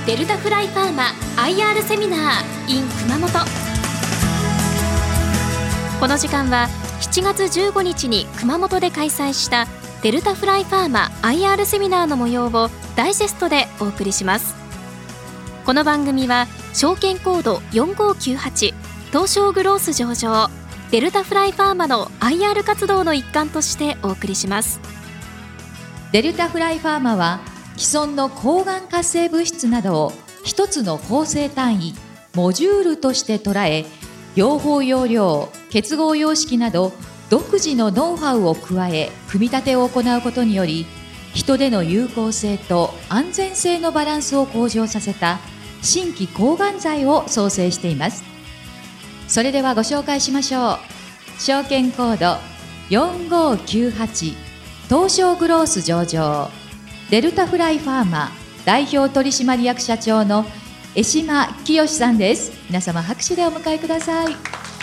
デルタフライファーマ IR セミナー in 熊本。この時間は7月15日に熊本で開催したデルタフライファーマ IR セミナーの模様をダイジェストでお送りします。この番組は証券コード4598東証グロース上場デルタフライファーマの IR 活動の一環としてお送りします。 デルタフライファーマは既存の抗がん活性物質などを一つの構成単位モジュールとして捉え、療法用量、結合様式など独自のノウハウを加え組み立てを行うことにより、人での有効性と安全性のバランスを向上させた新規抗がん剤を創生しています。それではご紹介しましょう。証券コード4598東証グロース上場デルタフライファーマ代表取締役社長の江島清さんです。皆様拍手でお迎えください。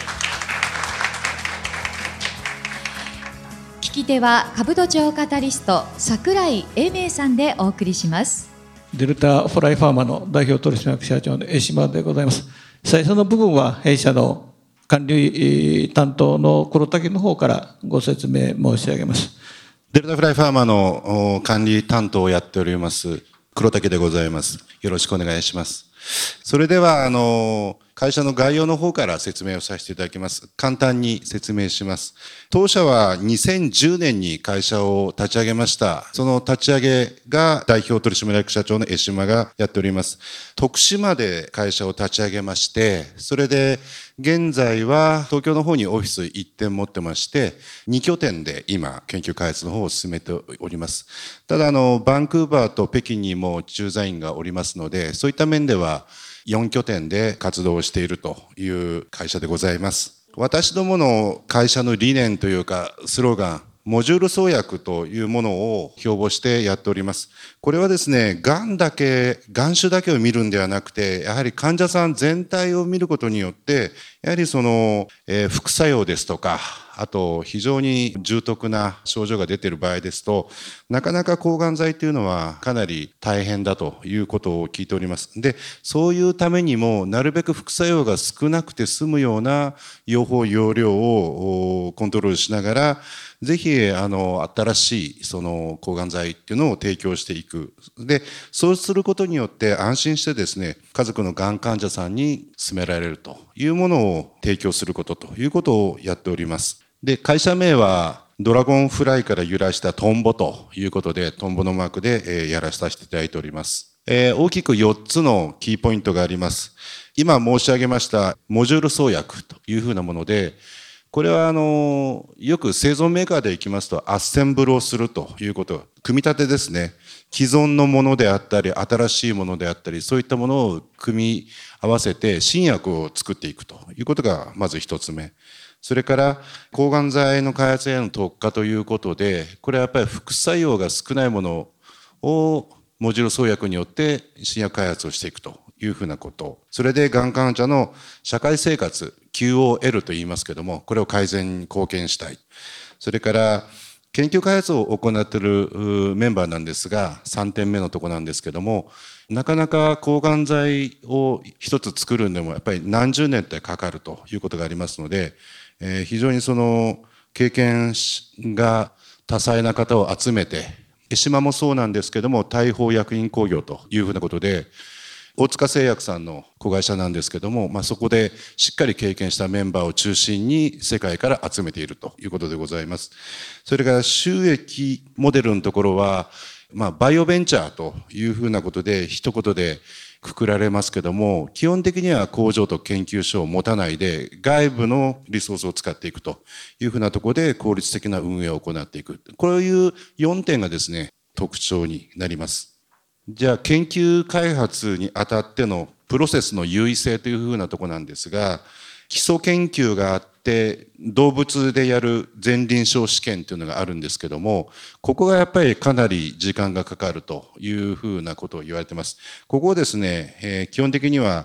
聞き手は兜町カタリスト櫻井英明さんでお送りします。 デルタフライファーマの代表取締役社長の江島でございます。最初の部分は弊社の管理担当の黒滝の方からご説明申し上げます。 デルタフライファーマの管理担当をやっております黒滝でございます。よろしくお願いします。それでは会社の概要の方から説明をさせていただきます。簡単に説明します。当社は2010年に会社を立ち上げました。その立ち上げが代表取締役社長の江島がやっております。徳島で会社を立ち上げまして、それで現在は東京の方にオフィス1店持ってまして、2拠点で今研究開発の方を進めております。ただバンクーバーと北京にも駐在員がおりますので、そういった面では4拠点で活動しているという会社でございます。私どもの会社の理念というかスローガン、モジュール創薬というものを標榜してやっております。これはですね、癌種だけを見るんではなくて、やはり患者さん全体を見ることによって、やはり副作用ですとか、あと非常に重篤な症状が出ている場合ですと、なかなか抗がん剤というのはかなり大変だということを聞いております。で、そういうためにもなるべく副作用が少なくて済むような用法用量をコントロールしながら、ぜひ新しい抗がん剤っていうのを提供していく。で、そうすることによって安心してですね、家族のがん患者さんに勧められるというものを提供することということをやっております。で、会社名はドラゴンフライから由来したトンボということで、トンボのマークでやらさせていただいております。大きく4つのキーポイントがあります。今申し上げましたモジュール創薬というふうなもので、これはよく製造メーカーでいきますとアッセンブルをするということ、組み立てですね。既存のものであったり新しいものであったり、そういったものを組み合わせて新薬を作っていくということがまず一つ目。それから抗がん剤の開発への特化ということで、これはやっぱり副作用が少ないものをモジュール創薬によって新薬開発をしていくというふうなこと。それでがん患者の社会生活 QOL と言いますけども、これを改善に貢献したい。それから研究開発を行っているメンバーなんですが、3点目のところなんですけども、なかなか抗がん剤を一つ作るんでもやっぱり何十年ってかかるということがありますので、非常に経験が多彩な方を集めて、江島もそうなんですけども、大邦薬品工業というふうなことで、大塚製薬さんの子会社なんですけども、そこでしっかり経験したメンバーを中心に世界から集めているということでございます。それから収益モデルのところは、バイオベンチャーというふうなことで一言でくくられますけども、基本的には工場と研究所を持たないで外部のリソースを使っていくというふうなところで効率的な運営を行っていく。こういう4点がですね、特徴になります。じゃあ研究開発にあたってのプロセスの優位性というふうなところなんですが、基礎研究があって動物でやる前臨床試験というのがあるんですけども、ここがやっぱりかなり時間がかかるというふうなことを言われています。ここをですね、基本的には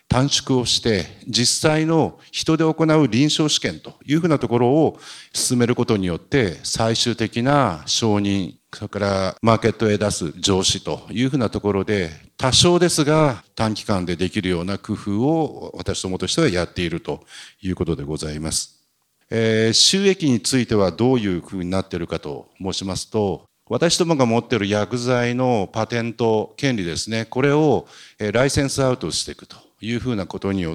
短縮をして、実際の人で行う臨床試験というふうなところを進めることによって、最終的な承認、それからマーケットへ出す上市というふうなところで、多少ですが短期間でできるような工夫を私どもとしてはやっているということでございます。収益についてはどういうふうになっているかと申しますと、私どもが持っている薬剤のパテント権利ですね、これをライセンスアウトしていくというふうなことによって、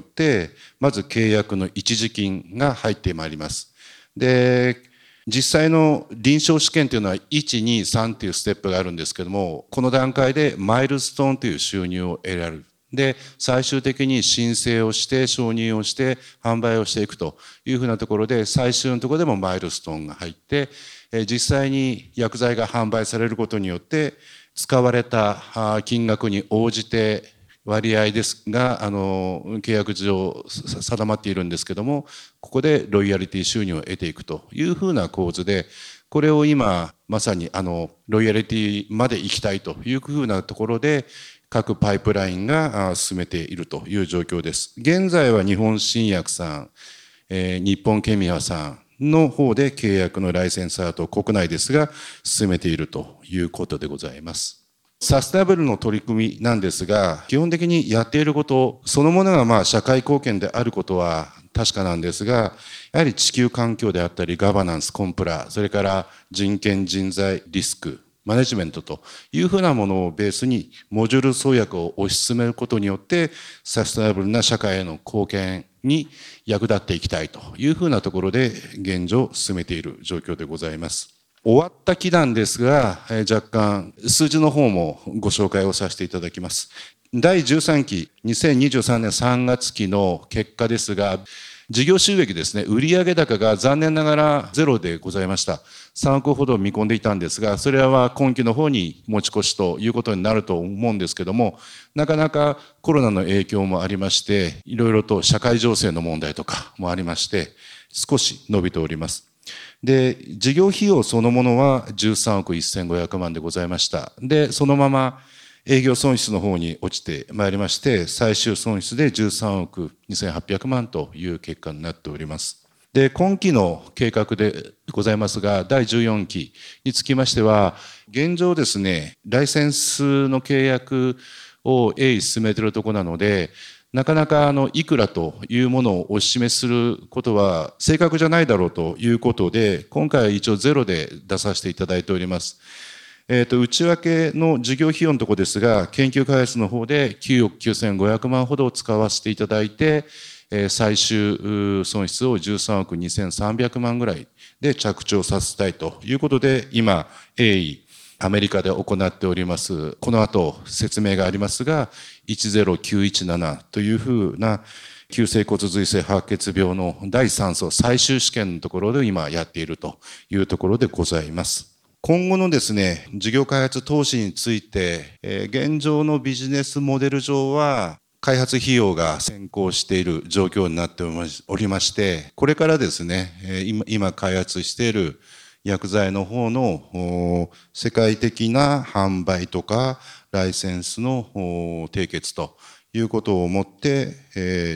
まず契約の一時金が入ってまいります。で、実際の臨床試験というのは1、2、3というステップがあるんですけども、この段階でマイルストーンという収入を得られる。で、最終的に申請をして、承認をして、販売をしていくというふうなところで、最終のところでもマイルストーンが入って、実際に薬剤が販売されることによって、使われた金額に応じて割合ですが、契約上定まっているんですけども、ここでロイヤリティ収入を得ていくというふうな構図で、これを今、まさにロイヤリティまで行きたいというふうなところで、各パイプラインが進めているという状況です。現在は日本新薬さん、日本ケミアさんの方で契約のライセンスアウトを国内ですが進めているということでございます。サステナブルの取り組みなんですが、基本的にやっていることそのものが社会貢献であることは確かなんですが、やはり地球環境であったりガバナンス、コンプラ、それから人権、人材、リスク、マネジメントというふうなものをベースにモジュール創薬を推し進めることによってサステナブルな社会への貢献に役立っていきたいというふうなところで現状進めている状況でございます。終わった期なんですが、若干数字の方もご紹介をさせていただきます。第13期2023年3月期の結果ですが、事業収益ですね、売上高が残念ながらゼロでございました。3億ほど見込んでいたんですが、それは今期の方に持ち越しということになると思うんですけども、なかなかコロナの影響もありまして、いろいろと社会情勢の問題とかもありまして、少し伸びております。で、事業費用そのものは13億1500万でございました。で、そのまま営業損失の方に落ちてまいりまして、最終損失で13億2800万という結果になっております。で、今期の計画でございますが、第14期につきましては、現状ですね、ライセンスの契約を鋭意進めているところなので、なかなかいくらというものをお示しすることは正確じゃないだろうということで、今回は一応ゼロで出させていただいております。内訳の事業費用のところですが、研究開発の方で9億9500万ほどを使わせていただいて、最終損失を13億2300万ぐらいで着地をさせたいということで、今、鋭意、アメリカで行っております。この後説明がありますが、10917というふうな急性骨髄性白血病の第3層最終試験のところで今やっているというところでございます。今後のですね、事業開発投資について、現状のビジネスモデル上は、開発費用が先行している状況になっておりまして、これからですね、今開発している薬剤の方の世界的な販売とか、ライセンスの締結ということをもって、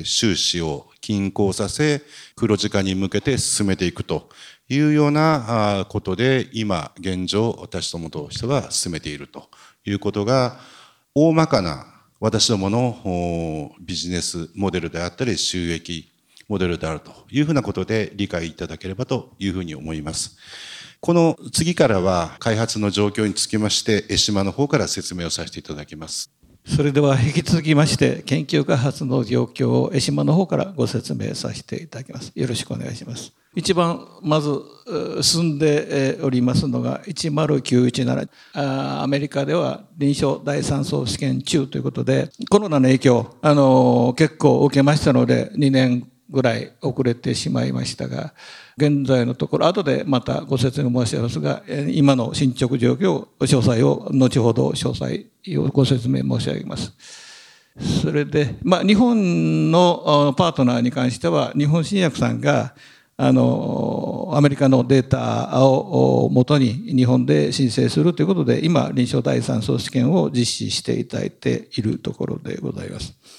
収支を均衡させ、黒字化に向けて進めていくというようなことで、今現状私どもとしては進めているということが、大まかな私どものビジネスモデルであったり収益モデルであるというふうなことで理解いただければというふうに思います。この次からは開発の状況につきまして江島の方から説明をさせていただきます。 それでは引き続きまして研究開発の状況を江島の方からご説明させていただきます。よろしくお願いします。一番まず進んでおりますのが10917、アメリカでは臨床第3層試験中ということで、コロナの影響結構受けましたので2年ぐらい遅れてしまいましたが、現在のところ後でまたご説明申し上げますが、今の進捗状況詳細を後ほど詳細をご説明申し上げます。それで、日本のパートナーに関しては日本新薬さんがアメリカのデータをもとに日本で申請するということで、今臨床第3層試験を実施していただいているところでございます。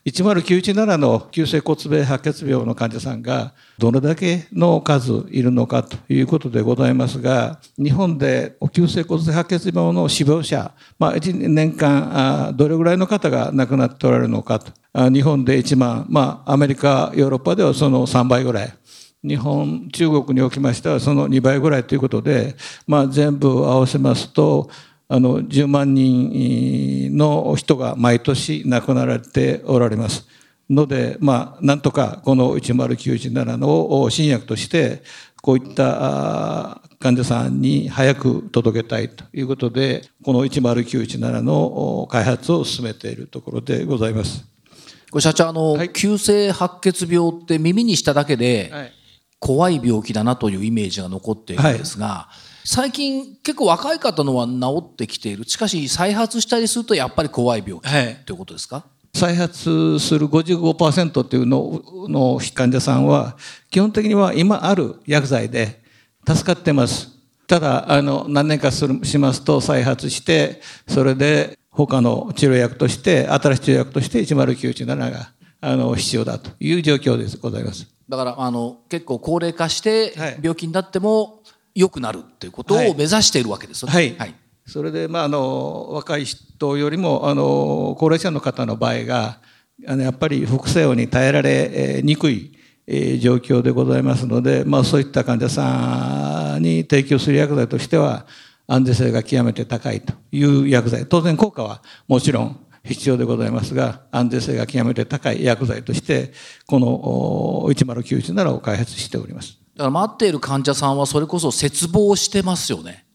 1097の急性骨髄白血病の患者さんがどれだけの数いるのかということでございますが、日本で急性骨髄白血病の死亡者、1年間どれぐらいの方が亡くなっておられるのかと。日本で1万、アメリカ、ヨーロッパではその3倍ぐらい。日本、中国におきましてはその2倍ぐらいということで、全部合わせますと、10万人の人が毎年亡くなられておられますので、なんとかこの1097の新薬としてこういった患者さんに早く届けたいということで、この1097の開発を進めているところでございます。 これ社長、急性白血病って耳にしただけで怖い病気だなというイメージが残っているんですが、最近結構若い方のは治ってきている。しかし再発したりするとやっぱり怖い病気ということですか？ 再発する 55% っていうの患者さんは基本的には今ある薬剤で助かってます。ただ何年かしますと再発して、それで他の治療薬として新しい治療薬として1097が必要だという状況でございます。 だから結構高齢化して病気になっても良くなるっていうことを目指しているわけですよね。 それで若い人よりも高齢者の方の場合がやっぱり副作用に耐えられにくい状況でございますので、そういった患者さんに提供する薬剤としては安全性が極めて高いという薬剤、当然効果はもちろん必要でございますが、安全性が極めて高い薬剤としてこの1097を開発しております。 だから待っている患者さんはそれこそ切望してますよね。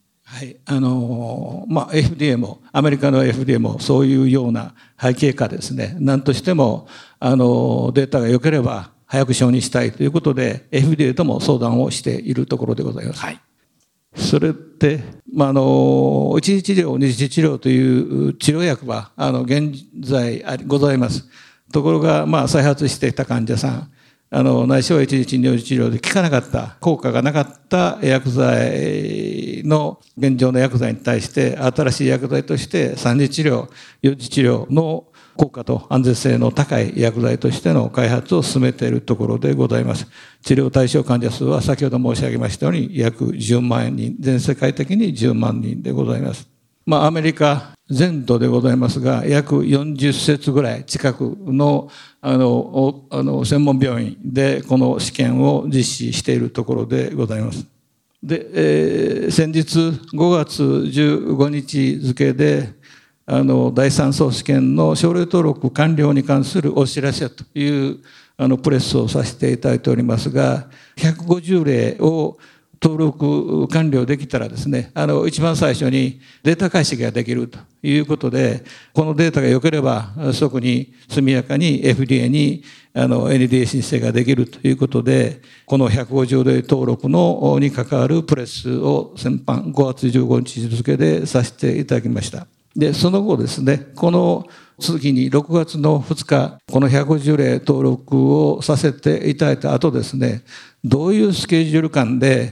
FDA もアメリカの FDA もそういうような背景下ですね、何としてもデータが良ければ早く承認したいということで FDA とも相談をしているところでございます。それで、一次治療、二次治療という治療薬は現在ございます。ところが、再発していた患者さん、内視鏡一次二次治療で効かなかった、効果がなかった薬剤の現状の薬剤に対して新しい薬剤として三次治療、四次治療の効果と安全性の高い薬剤としての開発を進めているところでございます。治療対象患者数は先ほど申し上げましたように約10万人、全世界的に10万人でございます。アメリカ全土でございますが、約40施ぐらい近くの専門病院でこの試験を実施しているところでございます。で、先日5月15日付で第3相試験の症例登録完了に関するお知らせというプレスをさせていただいておりますが、150例を登録完了できたらですね、一番最初にデータ解析ができるということで、このデータが良ければ即に速やかに FDA にNDA 申請ができるということで、この150例登録に関わるプレスを先般5月15日付でさせていただきました。で、その後ですね、この次に6月の2日、この150例登録をさせていただいた後ですね、どういうスケジュール感で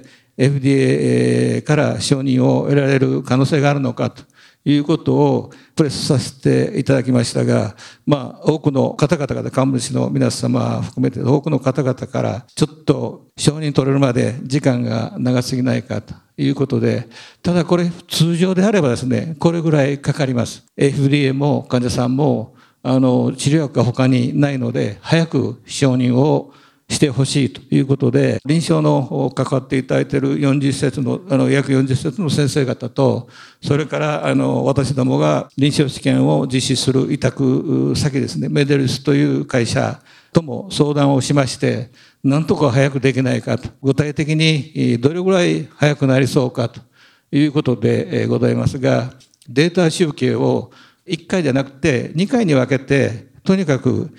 FDA から承認を得られる可能性があるのかということをプレスさせていただきましたが、多くの方々が株主の皆様含めて多くの方々からちょっと承認取れるまで時間が長すぎないかということで、ただこれ通常であればですね、これぐらいかかります。FDA も患者さんも治療薬が他にないので早く承認をしてほしいということで、臨床の関わっていただいている40施設の約40施設の先生方と、それから私どもが臨床試験を実施する委託先ですね、メデルスという会社とも相談をしまして、なんとか早くできないかと、具体的にどれぐらい早くなりそうかということでございますが、データ集計を1回じゃなくて2回に分けて、とにかく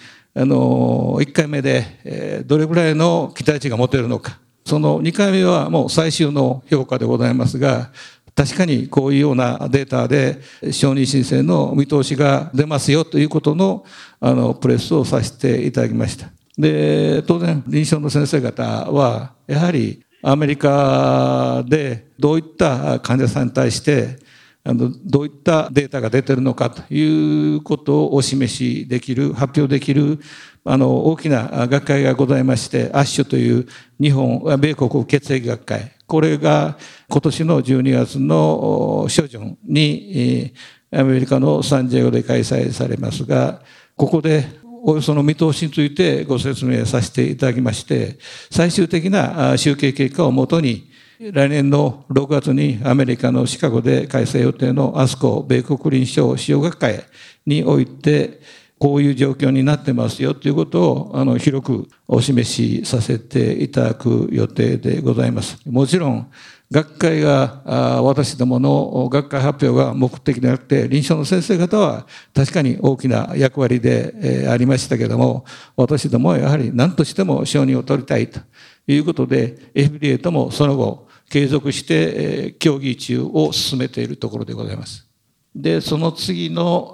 1回目でどれぐらいの期待値が持てるのか、その2回目はもう最終の評価でございますが、確かにこういうようなデータで承認申請の見通しが出ますよということのプレスをさせていただきました。で、当然臨床の先生方はやはりアメリカでどういった患者さんに対してどういったデータが出ているのかということをお示しできる、発表できる大きな学会がございまして、ASHという米国血液学会、これが今年の12月の初旬にアメリカのサンディエゴで開催されますが、ここでおよその見通しについてご説明させていただきまして、最終的な集計結果をもとに、来年の6月にアメリカのシカゴで開催予定のASCO米国臨床使用学会において、こういう状況になってますよということを広くお示しさせていただく予定でございます。もちろん学会が私どもの学会発表が目的でなくて、臨床の先生方は確かに大きな役割でありましたけれども、私どもはやはり何としても承認を取りたいということで、FDA ともその後継続して協議中を進めているところでございます。で、その次の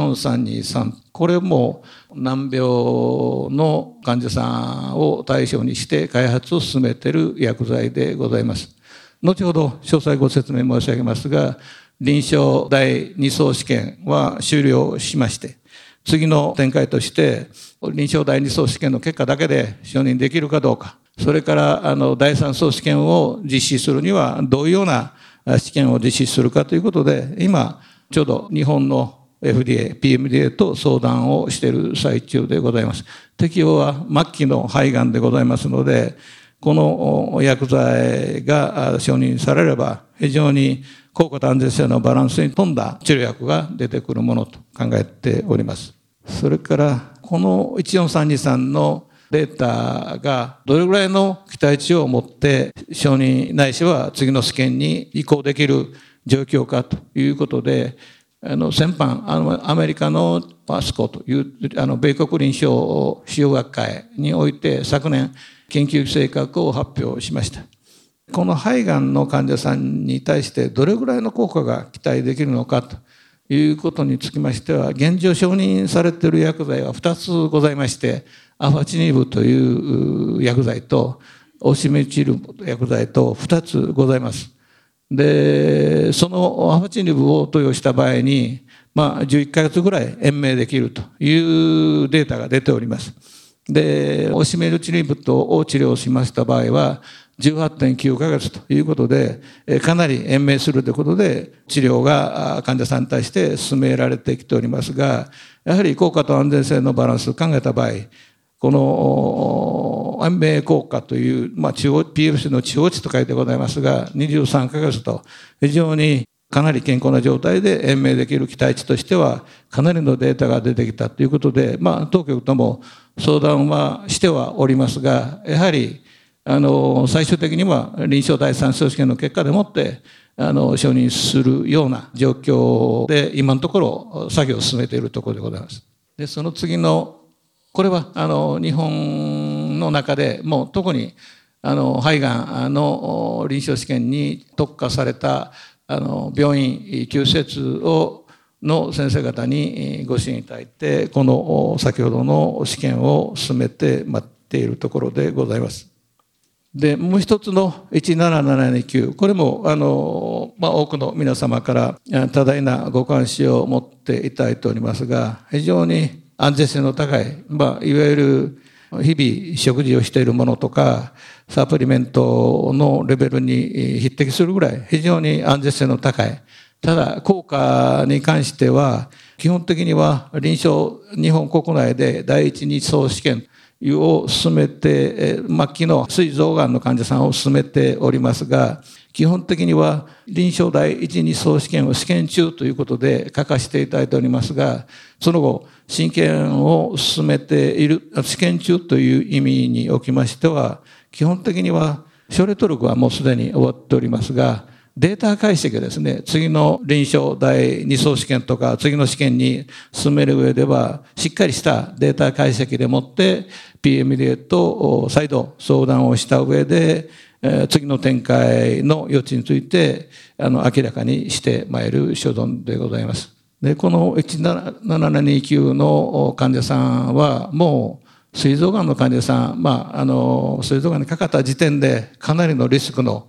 14323、これも難病の患者さんを対象にして開発を進めている薬剤でございます。後ほど詳細ご説明申し上げますが、臨床第2相試験は終了しまして、次の展開として臨床第2相試験の結果だけで承認できるかどうか、それから第3相試験を実施するにはどういうような試験を実施するかということで、今ちょうど日本の FDA、PMDA と相談をしている最中でございます。適用は末期の肺がんでございますので、この薬剤が承認されれば、非常に効果と安全性のバランスに富んだ治療薬が出てくるものと考えております。それから、この14323のデータがどれぐらいの期待値を持って承認ないしは次の試験に移行できる状況かということで、先般アメリカのASCOという米国臨床使用学会において昨年研究成果を発表しました。この肺がんの患者さんに対してどれぐらいの効果が期待できるのかということにつきましては、現状承認されている薬剤は2つございまして、アファチニブという薬剤とオシメチル薬剤と2つございます。で、そのアファチニブを投与した場合に、11ヶ月ぐらい延命できるというデータが出ております。で、オシメルチリブを治療しました場合は、18.9 ヶ月ということで、かなり延命するということで、治療が患者さんに対して進められてきておりますが、やはり効果と安全性のバランスを考えた場合、この延命効果という、PFC の中央値と書いてございますが、23ヶ月と非常にかなり健康な状態で延命できる期待値としては、かなりのデータが出てきたということで、当局とも相談はしてはおりますが、やはり最終的には臨床第3相試験の結果でもって承認するような状況で今のところ作業を進めているところでございます。で、その次のこれは日本の中でもう特に肺がんの臨床試験に特化された病院旧施設の先生方にご支援いただいて、この先ほどの試験を進めて待っているところでございます。で、もう一つの17729、これも多くの皆様から多大なご関心を持っていただいておりますが、非常に安全性の高い、いわゆる日々食事をしているものとかサプリメントのレベルに匹敵するぐらい非常に安全性の高い。ただ効果に関しては基本的には臨床日本国内で第一2相試験を進めて、末期の膵臓がんの患者さんを進めておりますが、基本的には臨床第1、2相試験を試験中ということで書かせていただいておりますが、その後、試験を進めている、試験中という意味におきましては、基本的には症例登録はもうすでに終わっておりますが、データ解析ですね、次の臨床第2相試験とか次の試験に進める上では、しっかりしたデータ解析でもって PMDA と再度相談をした上で、次の展開の余地について明らかにしてまいる所存でございます。で、この17729の患者さんはもう膵臓がんの患者さん、膵臓がんにかかった時点でかなりのリスクの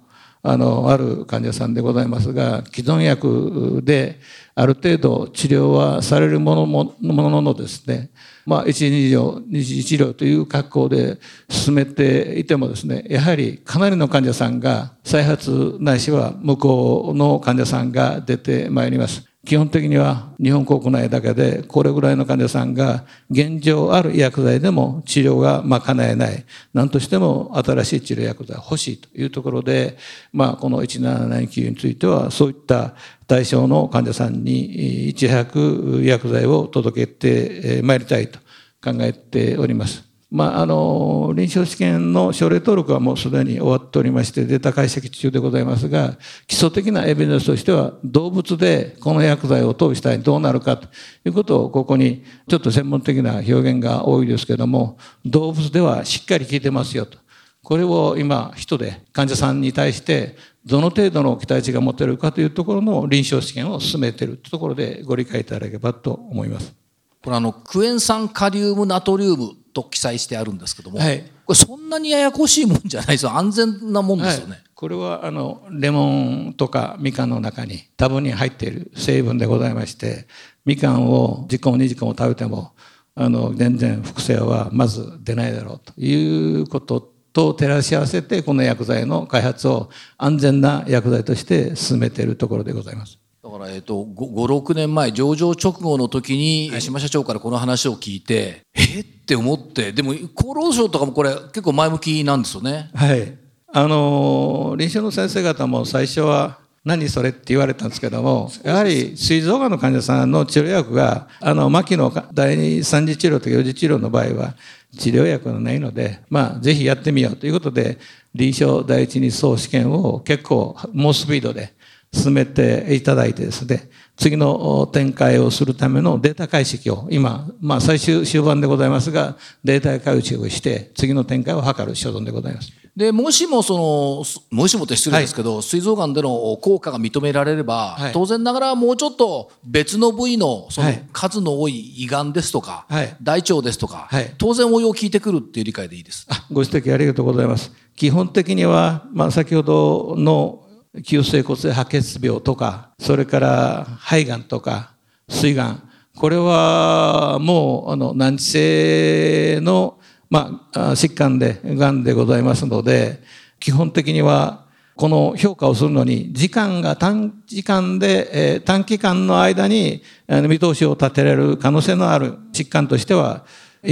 ある患者さんでございますが、既存薬である程度治療はされるもののですね、一日治療という格好で進めていてもですね、やはりかなりの患者さんが再発ないしは無効の患者さんが出てまいります。基本的には日本国内だけでこれぐらいの患者さんが現状ある医薬剤でも治療が叶えない。何としても新しい治療薬剤が欲しいというところで、この1779についてはそういった対象の患者さんにいち早く医薬剤を届けてまいりたいと考えております。臨床試験の症例登録はもうすでに終わっておりましてデータ解析中でございますが、基礎的なエビデンスとしては動物でこの薬剤を投与したらどうなるかということをここにちょっと専門的な表現が多いですけども、動物ではしっかり効いてますよと。これを今人で患者さんに対してどの程度の期待値が持てるかというところの臨床試験を進めているというところでご理解いただければと思います。 これクエン酸カリウムナトリウムと記載してあるんですけども、これそんなにややこしいもんじゃないですよ。安全なもんですよね。 これはレモンとかみかんの中に多分に入っている成分でございまして、みかんを10個も20個も食べても全然副作用はまず出ないだろうということと照らし合わせてこの薬剤の開発を安全な薬剤として進めているところでございます。 だから5、6年前上場直後の時に島社長からこの話を聞いてって思って、でも厚労省とかもこれ結構前向きなんですよね。 はい、臨床の先生方も最初は何それって言われたんですけども、やはり膵臓がんの患者さんの治療薬が末期の第3次治療とか4次治療の場合は治療薬がないので、ぜひやってみようということで臨床第一二相試験を結構猛スピードで進めていただいてですね、次の展開をするためのデータ解析を今、最終盤でございますがデータ解析をして次の展開を図る所存でございます。 でもしもって失礼ですけど、膵臓がんでの効果が認められれば、当然ながらもうちょっと別の部位の数の多い胃がんですとか、大腸ですとか、当然応用効いてくるっていう理解でいいです。 ご指摘ありがとうございます。基本的には、先ほどの急性骨性白血病とか、それから肺がんとか膵がん、これはもう難治性の疾患でがんでございますので、基本的にはこの評価をするのに時間が短時間で短期間の間に見通しを立てられる可能性のある疾患としては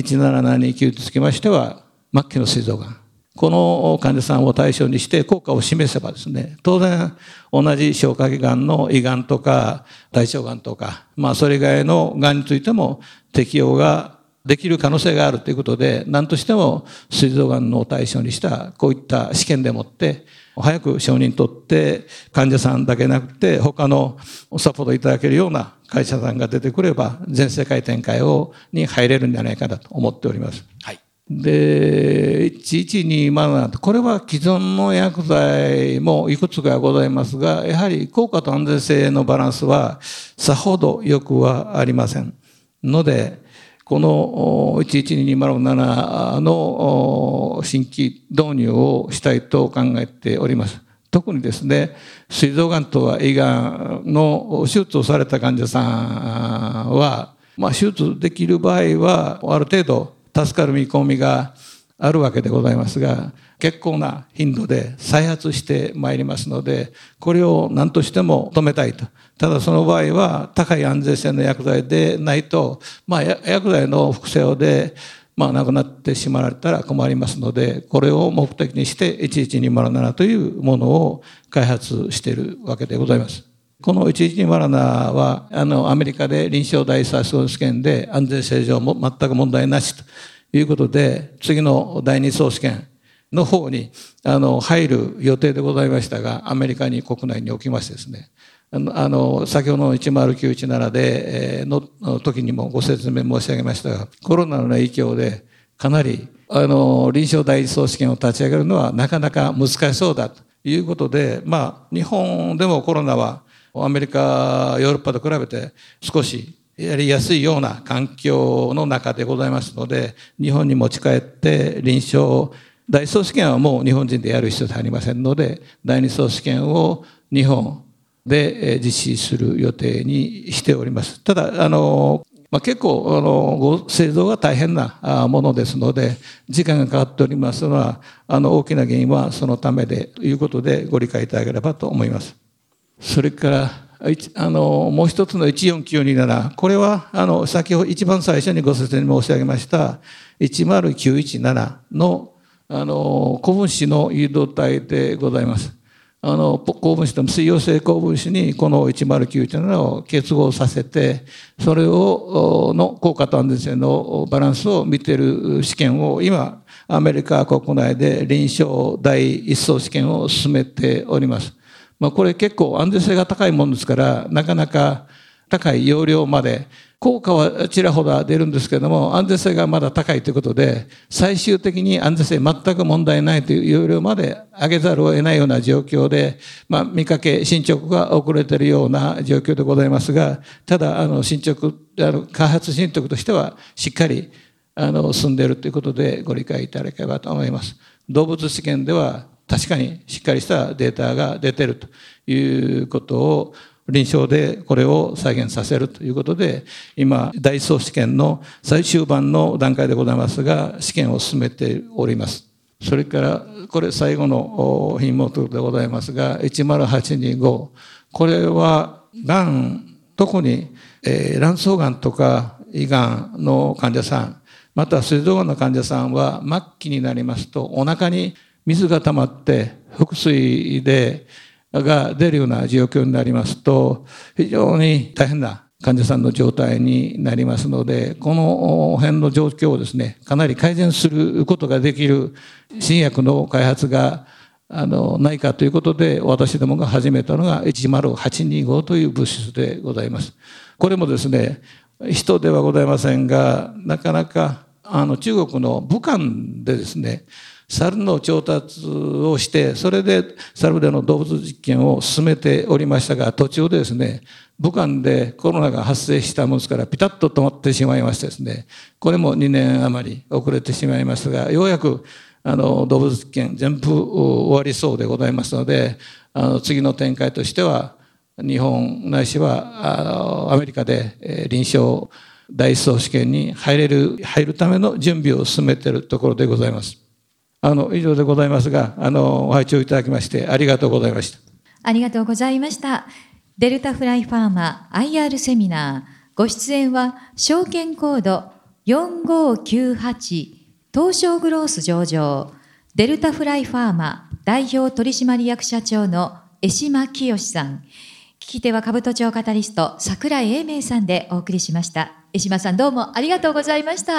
1779につきましては末期の膵臓がん、この患者さんを対象にして効果を示せばですね、当然同じ消化器がんの胃がんとか大腸がんとか、それ以外のがんについても適用ができる可能性があるということで、何としても膵臓がんの対象にしたこういった試験でもって早く承認取って患者さんだけなくて他のサポートいただけるような会社さんが出てくれば全世界展開に入れるんじゃないかなと思っております。 はい。 で1127、これは既存の薬剤もいくつかございますが、やはり効果と安全性のバランスはさほどよくはありませんので、この1127の新規導入をしたいと考えております。特にですね、膵臓がんと胃がんの手術をされた患者さんは、手術できる場合はある程度助かる見込みがあるわけでございますが、結構な頻度で再発してまいりますので、これを何としても止めたいと。ただその場合は高い安全性の薬剤でないと、薬剤の副作用で亡くなってしまわれたら困りますので、これを目的にして11207というものを開発しているわけでございます。この11207はアメリカで臨床第一相試験で安全性上も全く問題なしということで、次の第二相試験の方に入る予定でございましたが、アメリカに国内におきましてですね、先ほどの10917での時にもご説明申し上げましたが、コロナの影響でかなり臨床第一相試験を立ち上げるのはなかなか難しそうだということで、日本でもコロナはアメリカヨーロッパと比べて少しやりやすいような環境の中でございますので、日本に持ち帰って臨床第1相試験はもう日本人でやる必要はありませんので、第2相試験を日本で実施する予定にしております。ただ結構製造が大変なものですので、時間がかかっておりますのは大きな原因はそのためでということでご理解いただければと思います。それからもう一つの14927、これは先ほど一番最初にご説明申し上げました10917の高分子の誘導体でございます。高分子と水溶性高分子にこの10917を結合させて、それをの効果と安全性のバランスを見ている試験を今アメリカ国内で臨床第1相試験を進めております。これ結構安全性が高いものですから、なかなか高い容量まで効果はちらほど出るんですけれども、安全性がまだ高いということで、最終的に安全性全く問題ないという容量まで上げざるを得ないような状況で、見かけ進捗が遅れているような状況でございますが、ただ開発進捗としてはしっかり進んでいるということでご理解いただければと思います。動物試験では確かにしっかりしたデータが出ているということを、臨床でこれを再現させるということで、今第一相試験の最終盤の段階でございますが、試験を進めております。それからこれ最後の品目でございますが、10825、これはがん、特に卵巣がんとか胃がんの患者さん、また膵臓がんの患者さんは末期になりますと、お腹に水が溜まって腹水が出るような状況になりますと、非常に大変な患者さんの状態になりますので、この辺の状況をですね、かなり改善することができる新薬の開発がないかということで、私どもが始めたのが10825という物質でございます。これもですね、人ではございませんが、なかなか中国の武漢でですね、猿の調達をして、それで猿での動物実験を進めておりましたが、途中でですね、武漢でコロナが発生したものですから、ピタッと止まってしまいましてですね、これも2年余り遅れてしまいましたが、ようやく動物実験全部終わりそうでございますので、次の展開としては、日本ないしはアメリカで臨床第一相試験に入るための準備を進めているところでございます。以上でございますが、お拝聴いただきましてありがとうございました。 ありがとうございました。デルタフライファーマ IR セミナー、ご出演は証券コード4598東証グロース上場デルタフライファーマ代表取締役社長の江島清さん、聞き手は兜町カタリスト櫻井英明さんでお送りしました。江島さん、どうもありがとうございました。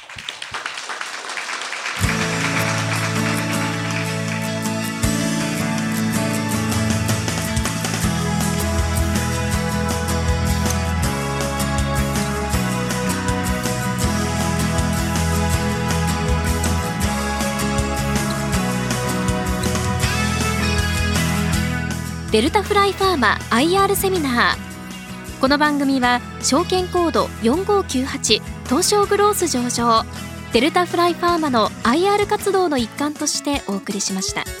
デルタフライファーマ IR セミナー。この番組は証券コード4598東証グロース上場デルタフライファーマの IR 活動の一環としてお送りしました。